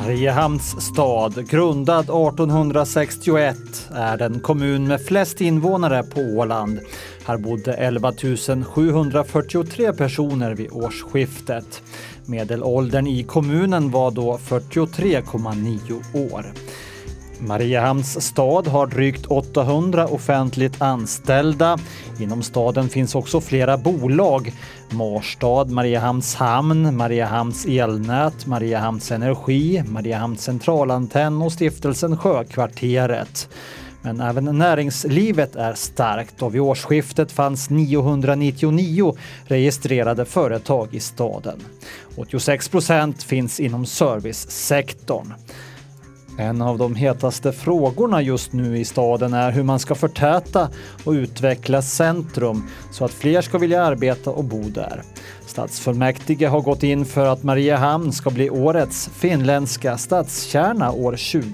Mariehamns stad, grundad 1861, är den kommun med flest invånare på Åland. Här bodde 11 743 personer vid årsskiftet. Medelåldern i kommunen var då 43,9 år. Mariehamns stad har drygt 800 offentligt anställda. Inom staden finns också flera bolag. Marstad, Mariehamns hamn, Mariehamns elnät, Mariehamns energi, Mariehamns centralantenn och stiftelsen Sjökvarteret. Men även näringslivet är starkt och vid årsskiftet fanns 999 registrerade företag i staden. 86% finns inom servicesektorn. En av de hetaste frågorna just nu i staden är hur man ska förtäta och utveckla centrum så att fler ska vilja arbeta och bo där. Stadsfullmäktige har gått in för att Mariehamn ska bli årets finländska stadskärna år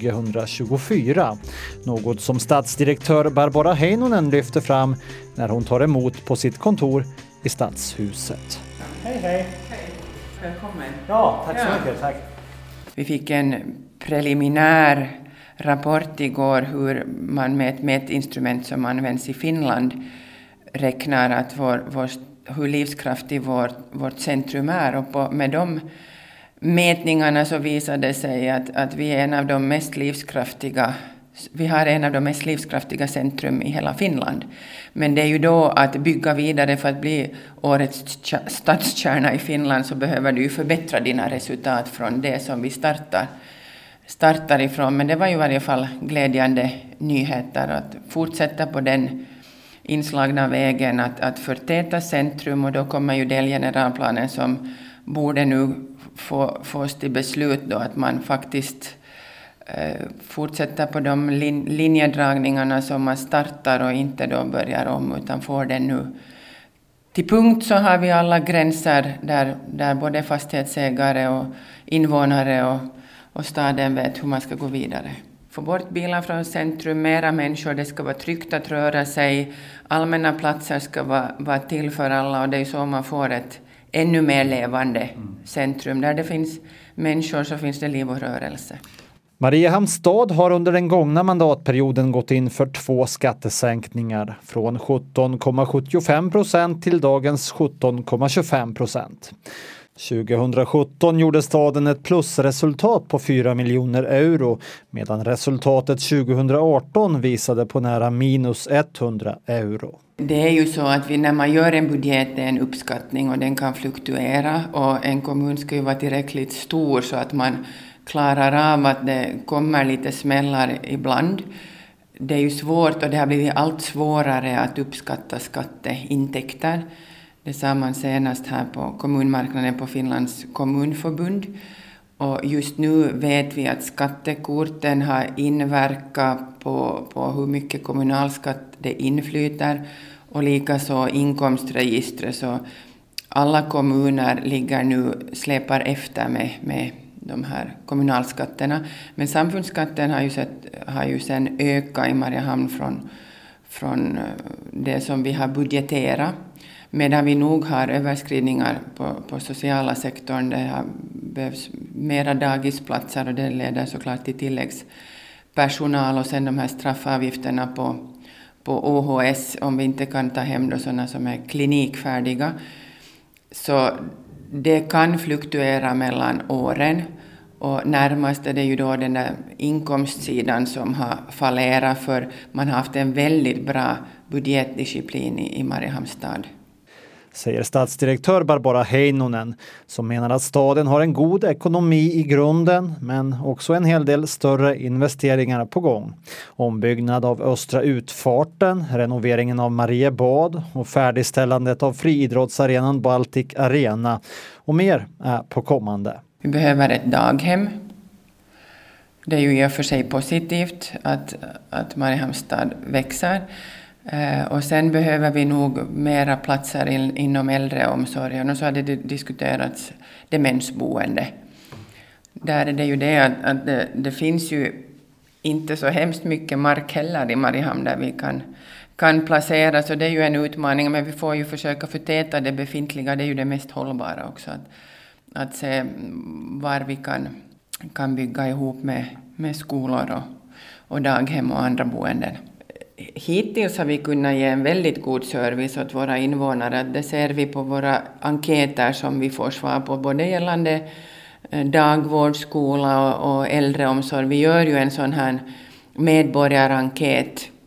2024. Något som stadsdirektör Barbara Heinonen lyfter fram när hon tar emot på sitt kontor i Stadshuset. Hej, hej. Hej, välkommen. Ja, tack så mycket. Tack. Vi fick en preliminär rapport igår hur man med ett mätinstrument som används i Finland räknar att hur livskraftig vårt centrum är. Och med de mätningarna så visade det sig att vi är en av de mest livskraftiga. Vi har en av de mest livskraftiga centrum i hela Finland. Men det är ju då att bygga vidare för att bli årets stadskärna i Finland så behöver du förbättra dina resultat från det som vi startar ifrån. Men det var ju i varje fall glädjande nyheter att fortsätta på den inslagna vägen att förtäta centrum, och då kommer ju delgeneralplanen som borde nu fås till beslut då att man faktiskt fortsätta på de linjedragningarna som man startar och inte då börjar om utan får den nu till punkt. Så har vi alla gränser där både fastighetsägare och invånare och staden vet hur man ska gå vidare. Få bort bilar från centrum, mera människor, det ska vara tryggt att röra sig, allmänna platser ska vara till för alla, och det är så man får ett ännu mer levande centrum. Där det finns människor så finns det liv och rörelse. Mariehamns stad har under den gångna mandatperioden gått in för 2 skattesänkningar från 17,75% till dagens 17,25%. 2017 gjorde staden ett plusresultat på 4 miljoner euro medan resultatet 2018 visade på nära minus 100 euro. Det är ju så att när man gör en budget, det är en uppskattning och den kan fluktuera, och en kommun ska ju vara tillräckligt stor så att man klarar av att det kommer lite smällar ibland. Det är ju svårt och det har blivit allt svårare att uppskatta skatteintäkter. Det sa man senast här på kommunmarknaden på Finlands kommunförbund. Och just nu vet vi att skattekorten har inverkat på hur mycket kommunalskatt det inflyter, och likaså inkomstregistret. Så alla kommuner ligger nu, släpar efter med de här kommunalskatterna. Men samfundsskatten har ju sen ökat i Mariehamn från det som vi har budgeterat. Medan vi nog har överskridningar på sociala sektorn. Det behövs mera dagisplatser och det leder såklart till tilläggspersonal, och sen de här straffavgifterna på OHS om vi inte kan ta hem då sådana som är klinikfärdiga. Så det kan fluktuera mellan åren, och närmast är det ju då den där inkomstsidan som har fallerat, för man har haft en väldigt bra budgetdisciplin i Mariehamns stad. Säger stadsdirektör Barbara Heinonen, som menar att staden har en god ekonomi i grunden men också en hel del större investeringar på gång. Ombyggnad av Östra utfarten, renoveringen av Mariebad och färdigställandet av friidrottsarenan Baltic Arena och mer är på kommande. Vi behöver ett daghem. Det är ju i och för sig positivt att Mariehamns stad växer. Och sen behöver vi nog mera platser inom äldreomsorgen, och så har det diskuterats demensboende. Där är det ju det att det finns ju inte så hemskt mycket mark heller i Mariehamn där vi kan placera, så det är ju en utmaning, men vi får ju försöka förtäta det befintliga, det är ju det mest hållbara också, att se var vi kan kan bygga ihop med skolor och daghem och andra boenden. Hittills har vi kunnat ge en väldigt god service åt våra invånare. Det ser vi på våra enkäter som vi får svar på, både gällande dagvård, skola och äldreomsorg. Vi gör ju en sån här medborgarenkät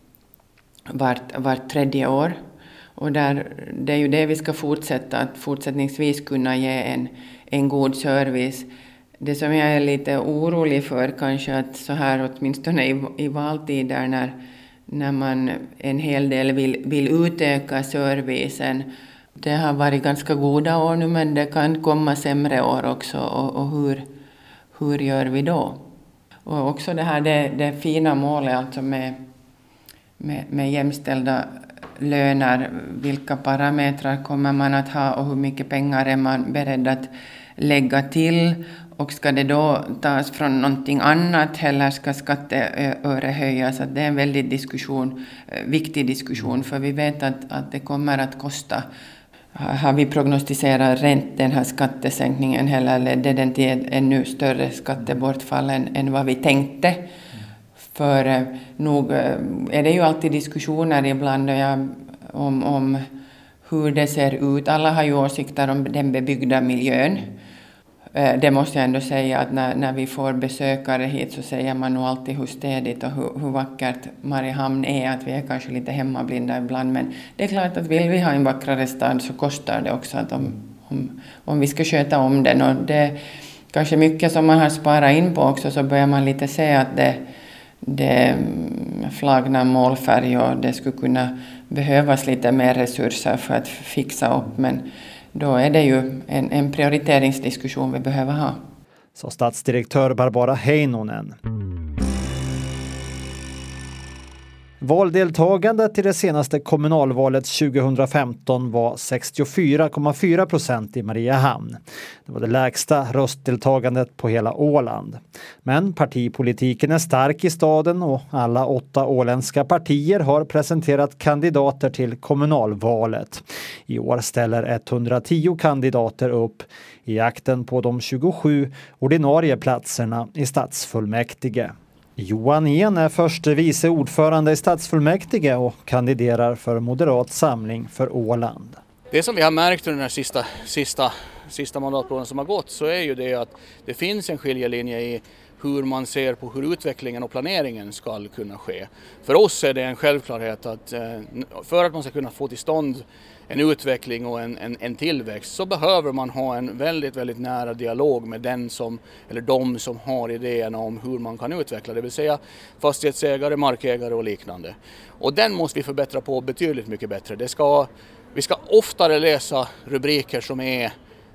vart 3:e år. Och det är ju det vi ska fortsättningsvis kunna ge en god service. Det som jag är lite orolig för kanske att så här åtminstone i valtider när man en hel del vill utöka servicen. Det har varit ganska goda år nu, men det kan komma sämre år också. Och hur gör vi då? Och också det fina målet alltså med jämställda löner. Vilka parametrar kommer man att ha och hur mycket pengar är man beredd att lägga till? Och ska det då tas från någonting annat eller ska skatteöre höjas? Att det är en väldigt viktig diskussion, för vi vet att det kommer att kosta. Har vi prognostiserat den här skattesänkningen eller ledde den till ett ännu större skattebortfall än vad vi tänkte? För nog är det ju alltid diskussioner ibland om hur det ser ut. Alla har ju åsikter om den bebyggda miljön. Det måste jag ändå säga att när vi får besökare hit så säger man nog alltid hur städigt och hur vackert Mariehamn är. Att vi är kanske lite hemmablinda ibland. Men det är klart att vill vi ha en vackrare stad så kostar det också att om vi ska sköta om den. Och det är kanske mycket som man har sparat in på också, så börjar man lite se att det flagnar målfärg och det skulle kunna behövas lite mer resurser för att fixa upp. Men då är det ju en prioriteringsdiskussion vi behöver ha. Så stadsdirektör Barbara Heinonen. Valdeltagandet i det senaste kommunalvalet 2015 var 64,4% i Mariehamn. Det var det lägsta röstdeltagandet på hela Åland. Men partipolitiken är stark i staden och alla 8 åländska partier har presenterat kandidater till kommunalvalet. I år ställer 110 kandidater upp i jakten på de 27 ordinarie platserna i stadsfullmäktige. Johan En är förste vice ordförande i stadsfullmäktige och kandiderar för Moderat samling för Åland. Det som vi har märkt under den här sista mandatperioden som har gått, så är ju det att det finns en skiljelinje i hur man ser på hur utvecklingen och planeringen ska kunna ske. För oss är det en självklarhet att för att man ska kunna få till stånd en utveckling och en tillväxt, så behöver man ha en väldigt, väldigt nära dialog med de som har idéerna om hur man kan utveckla, det vill säga fastighetsägare, markägare och liknande. Och den måste vi förbättra på betydligt mycket bättre. Vi ska oftare läsa rubriker som är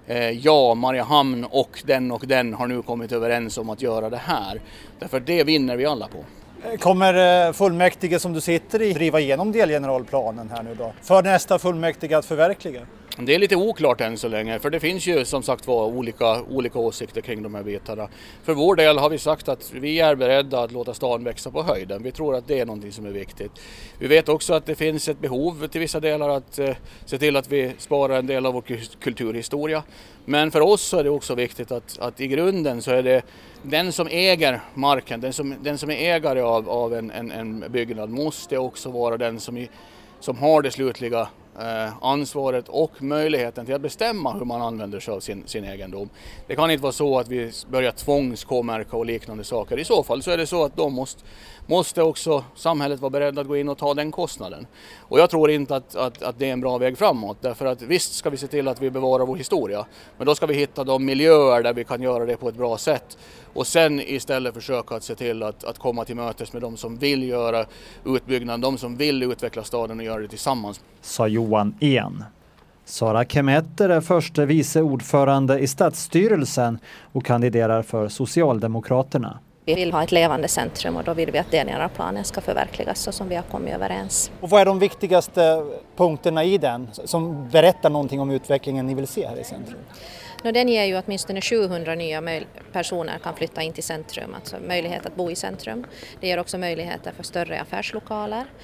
Mariehamn och den har nu kommit överens om att göra det här. Därför det vinner vi alla på. Kommer fullmäktige som du sitter i driva igenom delgeneralplanen här nu då? För nästa fullmäktige att förverkliga? Det är lite oklart än så länge, för det finns ju som sagt olika åsikter kring de här bitarna. För vår del har vi sagt att vi är beredda att låta staden växa på höjden. Vi tror att det är någonting som är viktigt. Vi vet också att det finns ett behov till vissa delar att se till att vi sparar en del av vår kulturhistoria. Men för oss så är det också viktigt att i grunden så är det den som äger marken, den som är ägare av en byggnad måste också vara den som har det slutliga ansvaret och möjligheten till att bestämma hur man använder sig av sin egendom. Det kan inte vara så att vi börjar tvångskomärka och liknande saker. I så fall så är det så att då måste också samhället vara beredd att gå in och ta den kostnaden. Och jag tror inte att det är en bra väg framåt. Därför att visst ska vi se till att vi bevarar vår historia. Men då ska vi hitta de miljöer där vi kan göra det på ett bra sätt. Och sen istället försöka att se till att komma till mötes med de som vill göra utbyggnad, de som vill utveckla staden och göra det tillsammans. Sa Johan En. Sara Kemetter är förste vice ordförande i stadsstyrelsen och kandiderar för Socialdemokraterna. Vi vill ha ett levande centrum och då vill vi att delgeneralplanen ska förverkligas så som vi har kommit överens. Och vad är de viktigaste punkterna i den som berättar någonting om utvecklingen ni vill se här i centrum? Den ger ju åtminstone 700 nya personer kan flytta in till centrum, alltså möjlighet att bo i centrum. Det ger också möjligheter för större affärslokaler.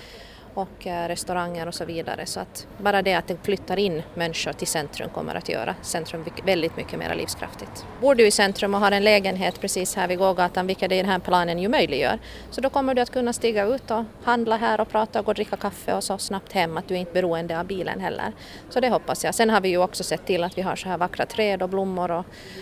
och restauranger och så vidare. Så att bara det att det flyttar in människor till centrum kommer att göra centrum väldigt mycket mer livskraftigt. Bor du i centrum och har en lägenhet precis här vid gågatan, vilket den här planen ju möjliggör, så då kommer du att kunna stiga ut och handla här och prata och gå och dricka kaffe och så snabbt hem att du är inte beroende av bilen heller. Så det hoppas jag. Sen har vi ju också sett till att vi har så här vackra träd och blommor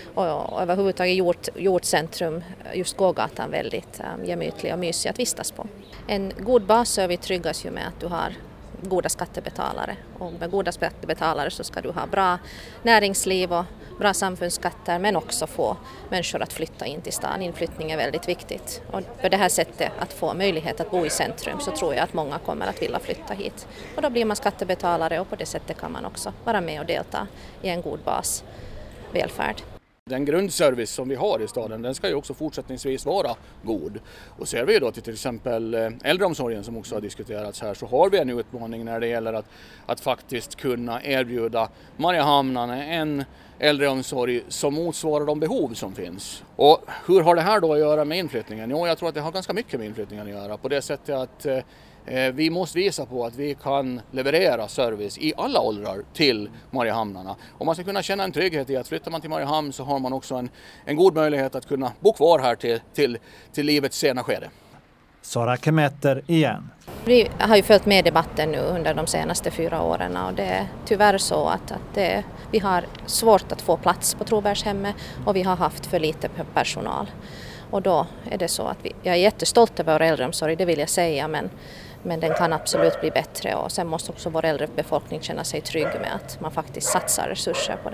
och överhuvudtaget gjort centrum, just gågatan, väldigt gemytlig och mysig att vistas på. En god basservice tryggas ju med att du har goda skattebetalare, och med goda skattebetalare så ska du ha bra näringsliv och bra samfundsskatter, men också få människor att flytta in till stan. Inflyttning är väldigt viktigt, och på det här sättet att få möjlighet att bo i centrum så tror jag att många kommer att vilja flytta hit, och då blir man skattebetalare och på det sättet kan man också vara med och delta i en god basvälfärd. Den grundservice som vi har i staden, den ska ju också fortsättningsvis vara god. Och ser vi då till exempel äldreomsorgen som också har diskuterats här, så har vi en utmaning när det gäller att faktiskt kunna erbjuda Mariehamnarna en äldreomsorg som motsvarar de behov som finns. Och hur har det här då att göra med inflyttningen? Jo, jag tror att det har ganska mycket med inflyttningen att göra, på det sättet att vi måste visa på att vi kan leverera service i alla åldrar till Mariehamnarna. Om man ska kunna känna en trygghet i att flyttar man till Mariehamn så har man också en god möjlighet att kunna bo kvar här till livets sena skede. Sara Kemetter igen. Vi har ju följt med debatten nu under de senaste 4 åren, och det är tyvärr så att vi har svårt att få plats på Trobergshemmet och vi har haft för lite personal. Och då är det så att jag är jättestolt över vår äldreomsorg, det vill jag säga, men den kan absolut bli bättre, och sen måste också vår äldre befolkning känna sig trygg med att man faktiskt satsar resurser på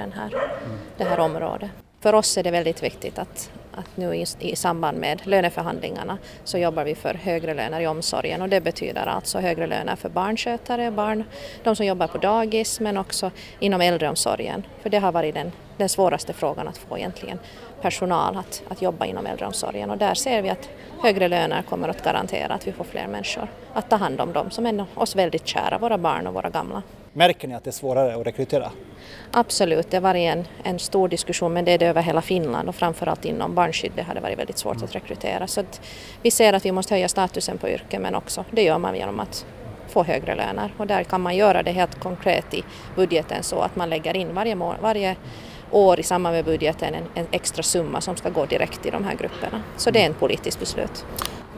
det här området. För oss är det väldigt viktigt att nu i samband med löneförhandlingarna så jobbar vi för högre löner i omsorgen, och det betyder alltså högre löner för barnskötare, de som jobbar på dagis, men också inom äldreomsorgen. För det har varit den svåraste frågan att få egentligen personal att jobba inom äldreomsorgen, och där ser vi att högre löner kommer att garantera att vi får fler människor att ta hand om dem som är oss väldigt kära, våra barn och våra gamla. Märker ni att det är svårare att rekrytera? Absolut, det har varit en stor diskussion, men det är det över hela Finland, och framförallt inom barnskyddet har det varit väldigt svårt att rekrytera. Så att vi ser att vi måste höja statusen på yrket, men också det gör man genom att få högre löner. Och där kan man göra det helt konkret i budgeten så att man lägger in varje år i samband med budgeten en extra summa som ska gå direkt till de här grupperna. Så det är en politisk beslut.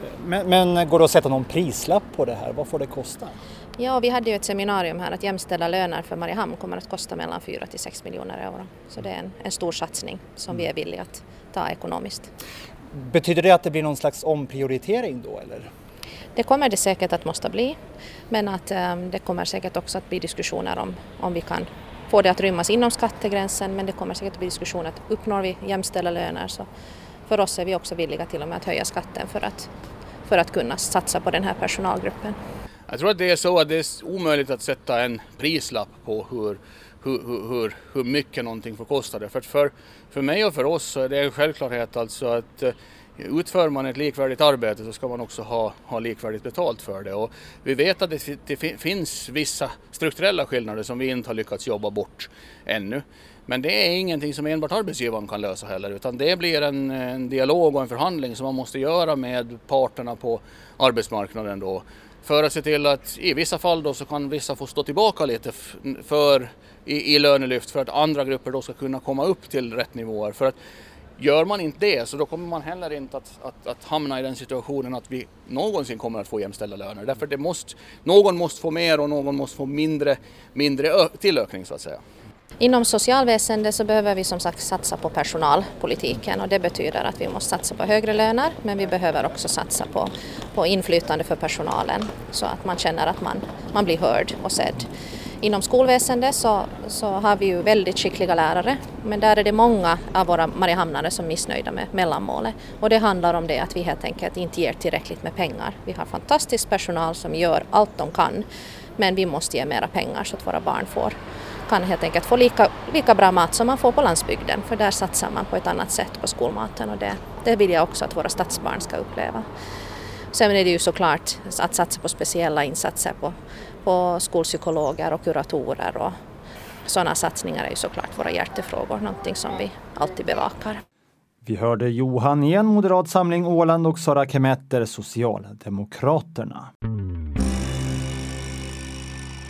Men går det att sätta någon prislapp på det här? Vad får det kosta? Ja, vi hade ju ett seminarium här att jämställa löner för Mariehamn kommer att kosta mellan 4 till 6 miljoner euro. Så det är en stor satsning som vi är villiga att ta ekonomiskt. Betyder det att det blir någon slags omprioritering då, eller? Det kommer det säkert att måste bli, men att det kommer säkert också att bli diskussioner om vi kan få det att rymmas inom skattegränsen, men det kommer säkert att bli diskussioner att uppnår vi jämställda löner, så för oss är vi också villiga till och med att höja skatten för att kunna satsa på den här personalgruppen. Jag tror att det är så att det är omöjligt att sätta en prislapp på hur mycket någonting får kosta det. För mig och för oss så är det en självklarhet alltså att utför man ett likvärdigt arbete så ska man också ha likvärdigt betalt för det. Och vi vet att det finns vissa strukturella skillnader som vi inte har lyckats jobba bort ännu. Men det är ingenting som enbart arbetsgivaren kan lösa heller, utan det blir en dialog och en förhandling som man måste göra med parterna på arbetsmarknaden då. För att se till att i vissa fall då så kan vissa få stå tillbaka lite i lönelyft för att andra grupper då ska kunna komma upp till rätt nivåer. För att gör man inte det så då kommer man heller inte att hamna i den situationen att vi någonsin kommer att få jämställda löner. Därför någon måste få mer och någon måste få mindre tillökning så att säga. Inom socialväsendet så behöver vi som sagt satsa på personalpolitiken, och det betyder att vi måste satsa på högre löner, men vi behöver också satsa på inflytande för personalen så att man känner att man blir hörd och sedd. Inom skolväsendet så har vi ju väldigt skickliga lärare, men där är det många av våra mariehamnare som är missnöjda med mellanmålet, och det handlar om det att vi helt enkelt inte ger tillräckligt med pengar. Vi har fantastisk personal som gör allt de kan, men vi måste ge mera pengar så att våra barn kan helt enkelt få lika bra mat som man får på landsbygden, för där satsar man på ett annat sätt på skolmaten, och det vill jag också att våra stadsbarn ska uppleva. Sen är det ju såklart att satsa på speciella insatser på skolpsykologer och kuratorer, och sådana satsningar är ju såklart våra hjärtefrågor, någonting som vi alltid bevakar. Vi hörde Johan igen, Moderat Samling Åland, och Sara Kemetter, Socialdemokraterna.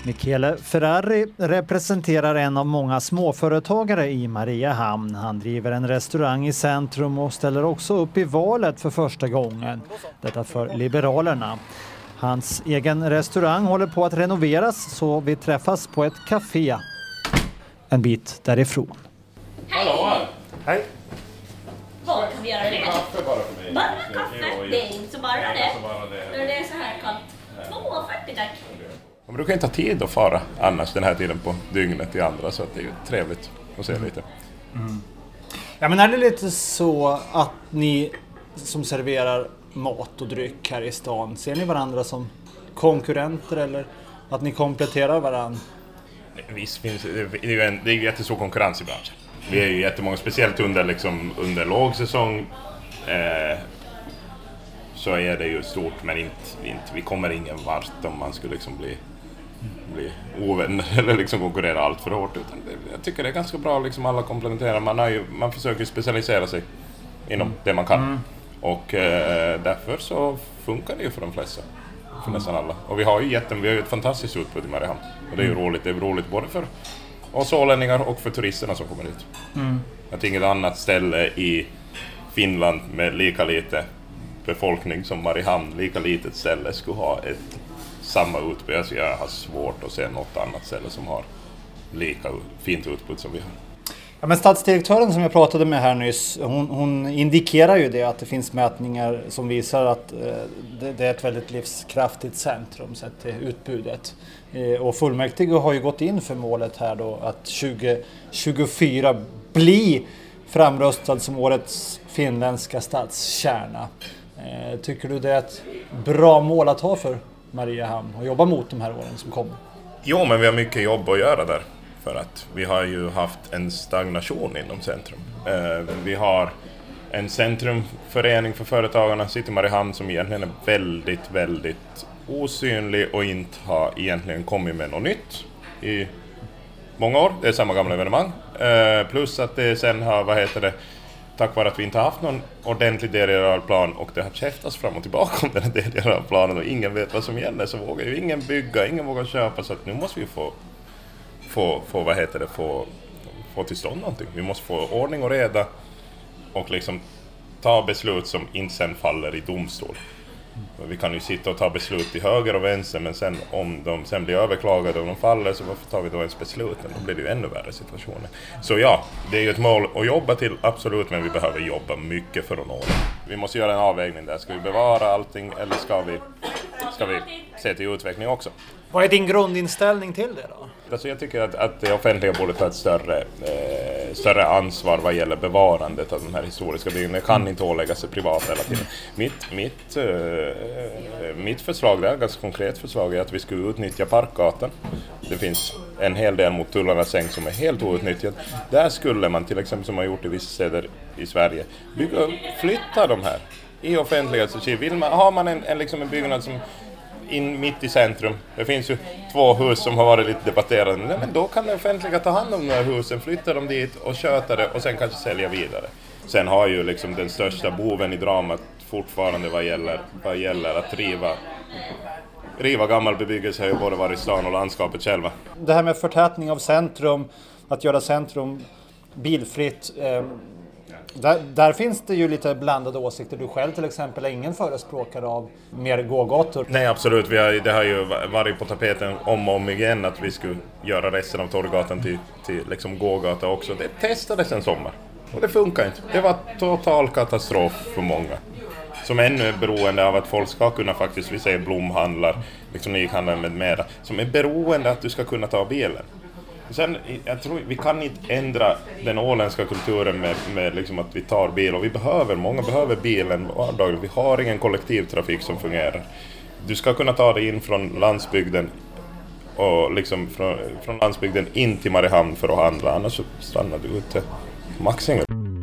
Michele Ferrari representerar en av många småföretagare i Mariehamn. Han driver en restaurang i centrum och ställer också upp i valet för första gången. Detta för Liberalerna. Hans egen restaurang håller på att renoveras så vi träffas på ett café en bit därifrån. Hallå! Hej! Vad kan vi göra det? Kaffe bara för mig. Bara kaffe? Det är inte så bara det. Det är så här kallt. 2,40 tack. Man brukar inte ha tid att fara annars den här tiden på dygnet i andra, så att det är ju trevligt att se lite. Mm. Ja, men är det lite så att ni som serverar mat och dryck här i stan, ser ni varandra som konkurrenter eller att ni kompletterar varandra? Visst finns det är ju jättestor konkurrens i branschen. Vi är ju jättemånga, speciellt under lågsäsong så är det ju stort, men inte vi kommer ingen vart om man skulle liksom bli ovän eller liksom konkurrera allt för hårt, utan jag tycker det är ganska bra liksom alla komplementerar. Man försöker specialisera sig inom det man kan och därför så funkar det ju för de flesta, för nästan alla. Och vi har ju ett fantastiskt utbud i Mariehamn och det är ju roligt. Det är roligt både för oss ålänningar och för turisterna som kommer hit. Att inget annat ställe i Finland med lika lite befolkning som Mariehamn, lika litet ställe, skulle ha samma utbud. Alltså jag har svårt att se något annat ställe som har lika fint utbud som vi har. Ja, men stadsdirektören som jag pratade med här nyss, hon indikerar ju det, att det finns mätningar som visar att det är ett väldigt livskraftigt centrum sett till utbudet. Och fullmäktige har ju gått in för målet här då att 2024 bli framröstad som årets finländska stadskärna. Tycker du det är ett bra mål att ha för Mariehamn och jobba mot de här åren som kommer? Jo, men vi har mycket jobb att göra där. För att vi har ju haft en stagnation inom centrum. Vi har en centrumförening för företagarna, City Mariehamn, som egentligen är väldigt, väldigt osynlig och inte har egentligen kommit med något nytt i många år. Det är samma gamla evenemang. Plus att det sen har, tack vare att vi inte har haft någon ordentlig DDR-plan och det har käftats fram och tillbaka om den här DDR-planen och ingen vet vad som gäller, så vågar ju ingen bygga, ingen vågar köpa, så att nu måste vi få till stånd någonting. Vi måste få ordning och reda och liksom ta beslut som inte sen faller i domstol. Vi kan ju sitta och ta beslut till höger och vänster, men sen om de sen blir överklagade och de faller, så varför tar vi då ens beslut? Då blir det ju ännu värre situationer. Så ja, det är ju ett mål att jobba till, absolut, men vi behöver jobba mycket för att nå det. Vi måste göra en avvägning där. Ska vi bevara allting eller ska vi se till utveckling också? Vad är din grundinställning till det då? Alltså jag tycker att det offentliga borde ta ett större ansvar vad gäller bevarandet av de här historiska byggnaderna. Det kan inte åläggas sig privat hela tiden. Mitt förslag, det är ett ganska konkret förslag, är att vi skulle utnyttja Parkgatan. Det finns en hel del mot Tullarnas säng som är helt outnyttjad. Där skulle man till exempel, som man gjort i vissa städer i Sverige, flytta de här i offentlighetsarkiv. Har man en byggnad som in mitt i centrum. Det finns ju 2 hus som har varit lite debatterade. Men då kan det offentliga ta hand om de här husen, flytta dem dit och köta det och sen kanske sälja vidare. Sen har ju liksom den största boven i dramat fortfarande vad gäller att riva gammal bebyggelse har ju både varit stan och landskapet själva. Det här med förtätning av centrum, att göra centrum bilfritt, där finns det ju lite blandade åsikter. Du själv till exempel är ingen förespråkare av mer gågator. Nej, absolut. Det har ju varit på tapeten om och om igen att vi skulle göra resten av Torggatan till liksom gågata också. Det testades en sommar och det funkar inte. Det var total katastrof för många. Som ännu är beroende av att folk ska kunna faktiskt, vi säger blomhandlar, liksom nyhandlar med mera, som är beroende att du ska kunna ta bilen. Sen, jag tror vi kan inte ändra den åländska kulturen med liksom att vi tar bil, och många behöver bilen vardagligen. Vi har ingen kollektivtrafik som fungerar. Du ska kunna ta dig in från landsbygden och liksom från landsbygden in till Mariehamn för att handla, annars så stannar du ute Maxinge.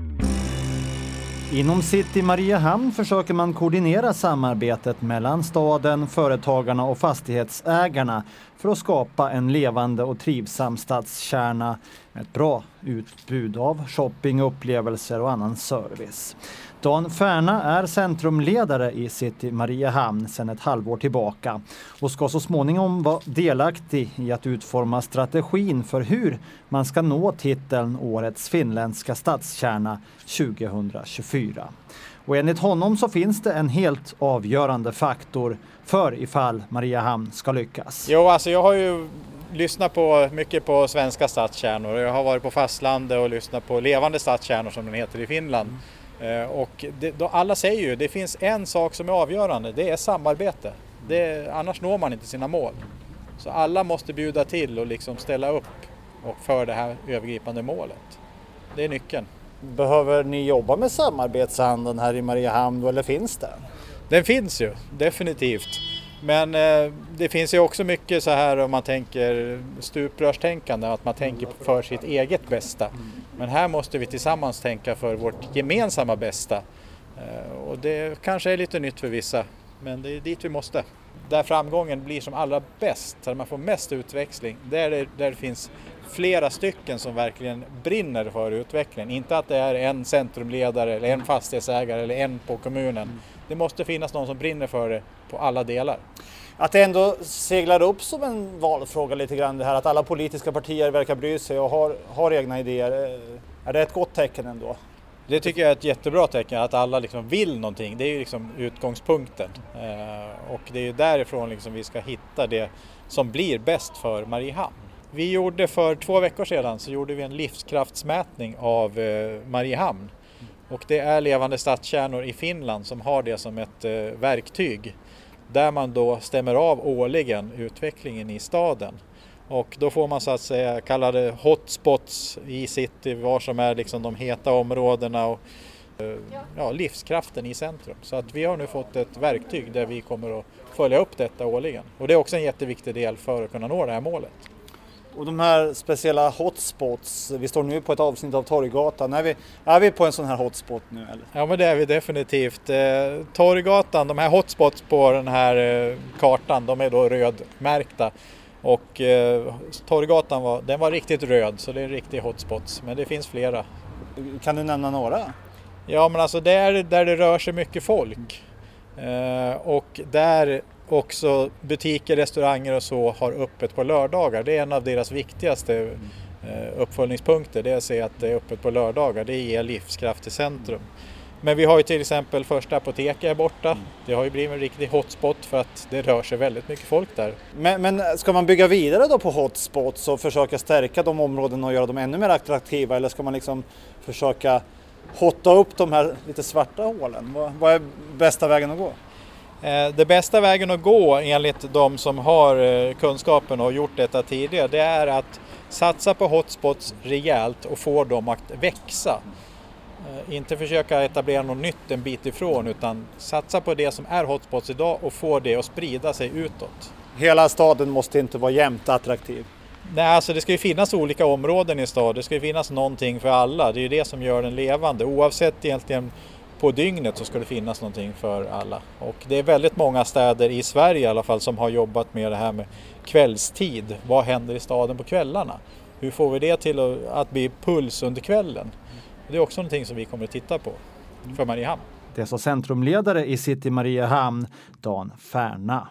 Inom City Mariehamn försöker man koordinera samarbetet mellan staden, företagarna och fastighetsägarna för att skapa en levande och trivsam stadskärna med ett bra utbud av shopping, upplevelser och annan service. Dan Färna är centrumledare i City Mariehamn sedan ett halvår tillbaka och ska så småningom vara delaktig i att utforma strategin för hur man ska nå titeln Årets finländska stadskärna 2024. Och enligt honom så finns det en helt avgörande faktor för ifall Mariehamn ska lyckas. Jo, alltså jag har ju lyssnat mycket på svenska stadskärnor och jag har varit på fastlandet och lyssnat på levande stadskärnor som den heter i Finland. Och alla säger ju, det finns en sak som är avgörande, det är samarbete. Annars når man inte sina mål. Så alla måste bjuda till och liksom ställa upp för det här övergripande målet. Det är nyckeln. Behöver ni jobba med samarbetshandeln här i Mariehamn eller finns den? Den finns ju, definitivt. Men det finns ju också mycket så här om man tänker stuprörstänkande, att man tänker för sitt eget bästa. Men här måste vi tillsammans tänka för vårt gemensamma bästa. Och det kanske är lite nytt för vissa, men det är dit vi måste. Där framgången blir som allra bäst, där man får mest utväxling, där det finns flera stycken som verkligen brinner för utvecklingen. Inte att det är en centrumledare eller en fastighetsägare eller en på kommunen. Det måste finnas någon som brinner för det på alla delar. Att det ändå seglar upp som en valfråga lite grann det här att alla politiska partier verkar bry sig och har egna idéer. Är det ett gott tecken ändå? Det tycker jag är ett jättebra tecken, att alla liksom vill någonting. Det är ju liksom utgångspunkten. Och det är ju därifrån liksom vi ska hitta det som blir bäst för Mariehamn. Vi gjorde för 2 veckor sedan så gjorde vi en livskraftsmätning av Mariehamn. Och det är levande stadskärnor i Finland som har det som ett verktyg. Där man då stämmer av årligen utvecklingen i staden. Och då får man så att säga kallade hotspots i city, var som är liksom de heta områdena och livskraften i centrum. Så att vi har nu fått ett verktyg där vi kommer att följa upp detta årligen. Och det är också en jätteviktig del för att kunna nå det här målet. Och de här speciella hotspots, vi står nu på ett avsnitt av Torggatan. Är vi på en sån här hotspot nu eller? Ja, men det är vi definitivt. Torggatan, de här hotspots på den här kartan, de är då rödmärkta. Och Torggatan den var riktigt röd, så det är en riktig hotspots. Men det finns flera. Kan du nämna några? Ja, men alltså det är där det rör sig mycket folk. Och där också butiker, restauranger och så har öppet på lördagar. Det är en av deras viktigaste uppföljningspunkter. Det är att se att det är öppet på lördagar. Det ger livskraft i centrum. Men vi har ju till exempel första apoteket här borta. Det har ju blivit en riktig hotspot för att det rör sig väldigt mycket folk där. Men ska man bygga vidare då på hotspots och försöka stärka de områdena och göra dem ännu mer attraktiva? Eller ska man liksom försöka hotta upp de här lite svarta hålen? Vad är bästa vägen att gå? Det bästa vägen att gå enligt de som har kunskapen och gjort detta tidigare, det är att satsa på hotspots rejält och få dem att växa. Inte försöka etablera något nytt en bit ifrån, utan satsa på det som är hotspots idag och få det att sprida sig utåt. Hela staden måste inte vara jämnt attraktiv. Nej, alltså det ska ju finnas olika områden i staden. Det ska ju finnas någonting för alla. Det är ju det som gör den levande. Oavsett egentligen på dygnet så ska det finnas någonting för alla. Och det är väldigt många städer i Sverige i alla fall som har jobbat med det här med kvällstid. Vad händer i staden på kvällarna? Hur får vi det till att bli puls under kvällen? Det är också någonting som vi kommer att titta på för Mariehamn. Det är så centrumledare i City Mariehamn, Dan Färna.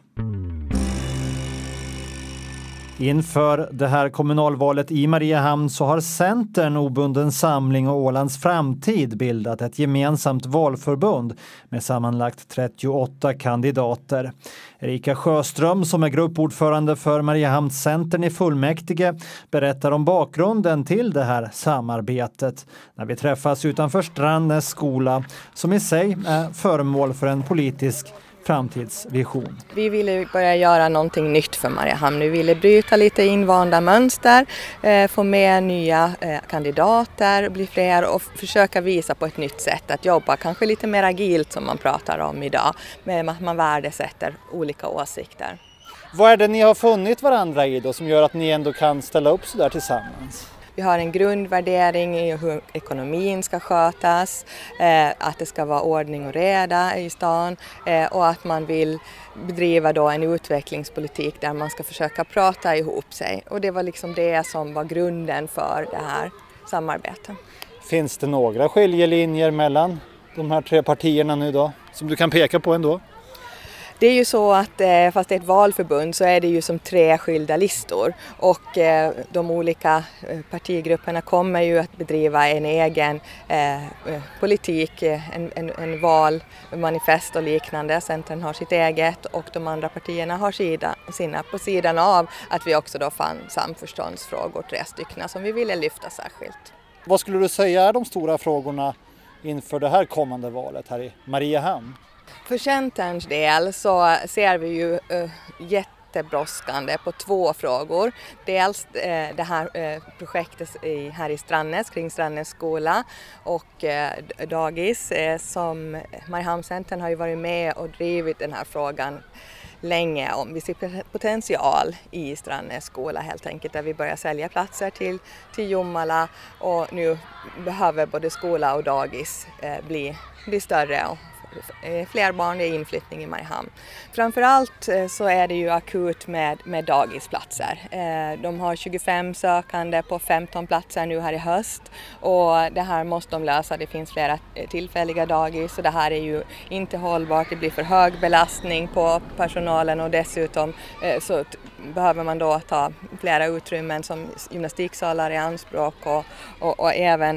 Inför det här kommunalvalet i Mariehamn så har Centern, Obunden Samling och Ålands Framtid bildat ett gemensamt valförbund med sammanlagt 38 kandidater. Erika Sjöström, som är gruppordförande för Mariehamns Centern i fullmäktige, berättar om bakgrunden till det här samarbetet när vi träffas utanför Strandnäs skola, som i sig är föremål för en politisk framtidsvision. Vi ville börja göra någonting nytt för Mariehamn. Vi ville bryta lite invanda mönster, få med nya kandidater, bli fler och försöka visa på ett nytt sätt att jobba, kanske lite mer agilt som man pratar om idag, med att man värdesätter olika åsikter. Vad är det ni har funnit varandra i då som gör att ni ändå kan ställa upp så där tillsammans? Vi har en grundvärdering i hur ekonomin ska skötas, att det ska vara ordning och reda i stan och att man vill bedriva då en utvecklingspolitik där man ska försöka prata ihop sig. Och det var liksom det som var grunden för det här samarbetet. Finns det några skiljelinjer mellan de här 3 partierna nu då, som du kan peka på ändå? Det är ju så att fast det är ett valförbund så är det ju som 3 skilda listor och de olika partigrupperna kommer ju att bedriva en egen politik, en valmanifest och liknande. Centern har sitt eget och de andra partierna har sina på sidan av att vi också då fann samförståndsfrågor, 3 stycken som vi ville lyfta särskilt. Vad skulle du säga är de stora frågorna inför det här kommande valet här i Mariehamn? För Centerns del så ser vi ju jättebrådskande på 2 frågor. Dels det här projektet här i Strandnäs kring Strandnäs skola och dagis som Mariehamnscentern har ju varit med och drivit den här frågan länge om. Vi ser potential i Strandnäs skola helt enkelt där vi börjar sälja platser till Jomala och nu behöver både skola och dagis bli större och fler barn i inflyttning i Mariehamn. Framförallt så är det ju akut med dagisplatser. De har 25 sökande på 15 platser nu här i höst och det här måste de lösa. Det finns flera tillfälliga dagis och det här är ju inte hållbart. Det blir för hög belastning på personalen och dessutom så behöver man då ta flera utrymmen som gymnastiksalar i anspråk och även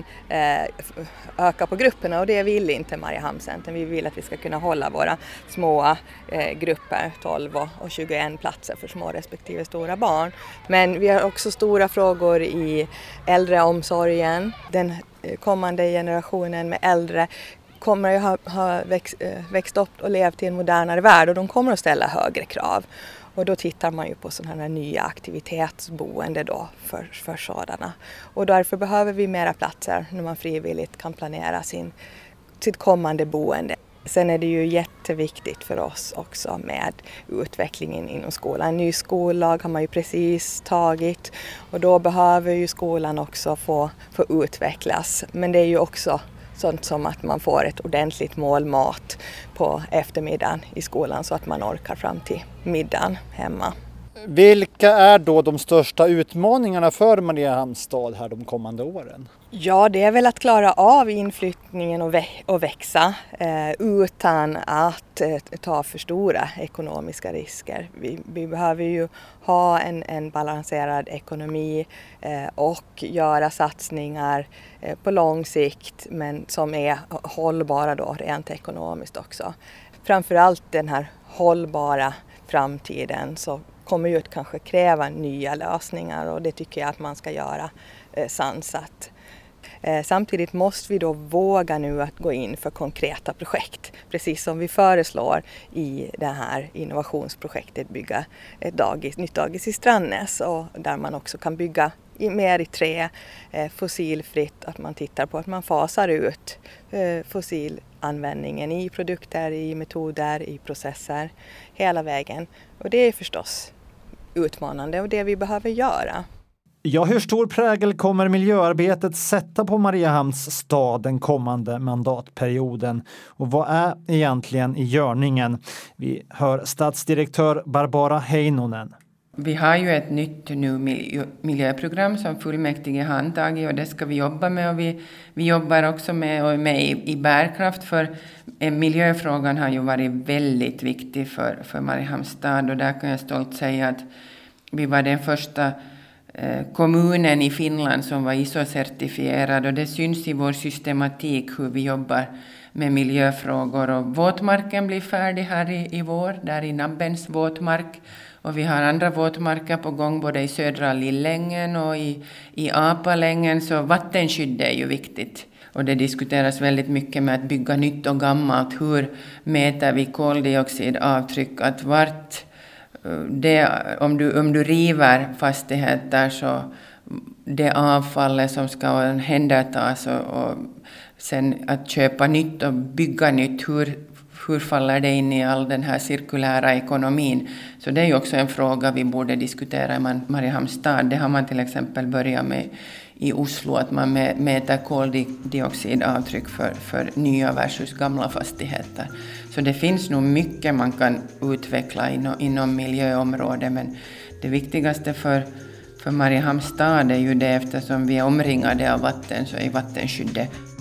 öka på grupperna och det vill inte Mariehamnscentern. Vi vill att vi ska kunna hålla våra små grupper, 12 och 21 platser för små respektive stora barn. Men vi har också stora frågor i äldreomsorgen. Den kommande generationen med äldre kommer ju ha växt upp och levt i en modernare värld och de kommer att ställa högre krav. Och då tittar man ju på sådana här nya aktivitetsboende då för sådana. Och därför behöver vi mera platser när man frivilligt kan planera sitt kommande boende. Sen är det ju jätteviktigt för oss också med utvecklingen inom skolan. En ny skollag har man ju precis tagit och då behöver ju skolan också få utvecklas. Men det är ju också sånt som att man får ett ordentligt målmat på eftermiddagen i skolan så att man orkar fram till middagen hemma. Vilka är då de största utmaningarna för Mariehamns stad här de kommande åren? Ja, det är väl att klara av inflyttningen och växa utan att ta för stora ekonomiska risker. Vi behöver ju ha en balanserad ekonomi och göra satsningar på lång sikt men som är hållbara då rent ekonomiskt också. Framförallt den här hållbara framtiden så kommer ju att kanske kräva nya lösningar och det tycker jag att man ska göra sansat. Samtidigt måste vi då våga nu att gå in för konkreta projekt. Precis som vi föreslår i det här innovationsprojektet bygga ett nytt dagis i Strandnäs och där man också kan bygga mer i trä, fossilfritt, att man tittar på att man fasar ut fossilanvändningen i produkter, i metoder, i processer hela vägen. Och det är förstås utmanande och det vi behöver göra. Ja, hur stor prägel kommer miljöarbetet sätta på Mariehamns stad den kommande mandatperioden? Och vad är egentligen i görningen? Vi hör stadsdirektör Barbara Heinonen. Vi har ju ett nytt nu miljöprogram som fullmäktige har antagit och det ska vi jobba med och vi jobbar också med i bärkraft för miljöfrågan har ju varit väldigt viktig för Mariehamns stad och där kan jag stolt säga att vi var den första kommunen i Finland som var ISO-certifierad och det syns i vår systematik hur vi jobbar med miljöfrågor och våtmarken blir färdig här i vår, där i Nabbens våtmark och vi har andra våtmarker på gång både i södra Lillängen och i Apalängen så vattenskydd är ju viktigt. Och det diskuteras väldigt mycket med att bygga nytt och gammalt. Hur mäter vi koldioxidavtryck? Att om du river fastigheter så det avfallet som ska omhändertas och sen att köpa nytt och bygga nytt, hur faller det in i all den här cirkulära ekonomin? Så det är ju också en fråga vi borde diskutera i Mariehamns stad. Det har man till exempel börjat med i Oslo, att man mäter koldioxidavtryck för nya versus gamla fastigheter. Så det finns nog mycket man kan utveckla inom miljöområdet, men det viktigaste för Mariehamns stad är ju det, eftersom vi är omringade av vatten, så är vattenskyddet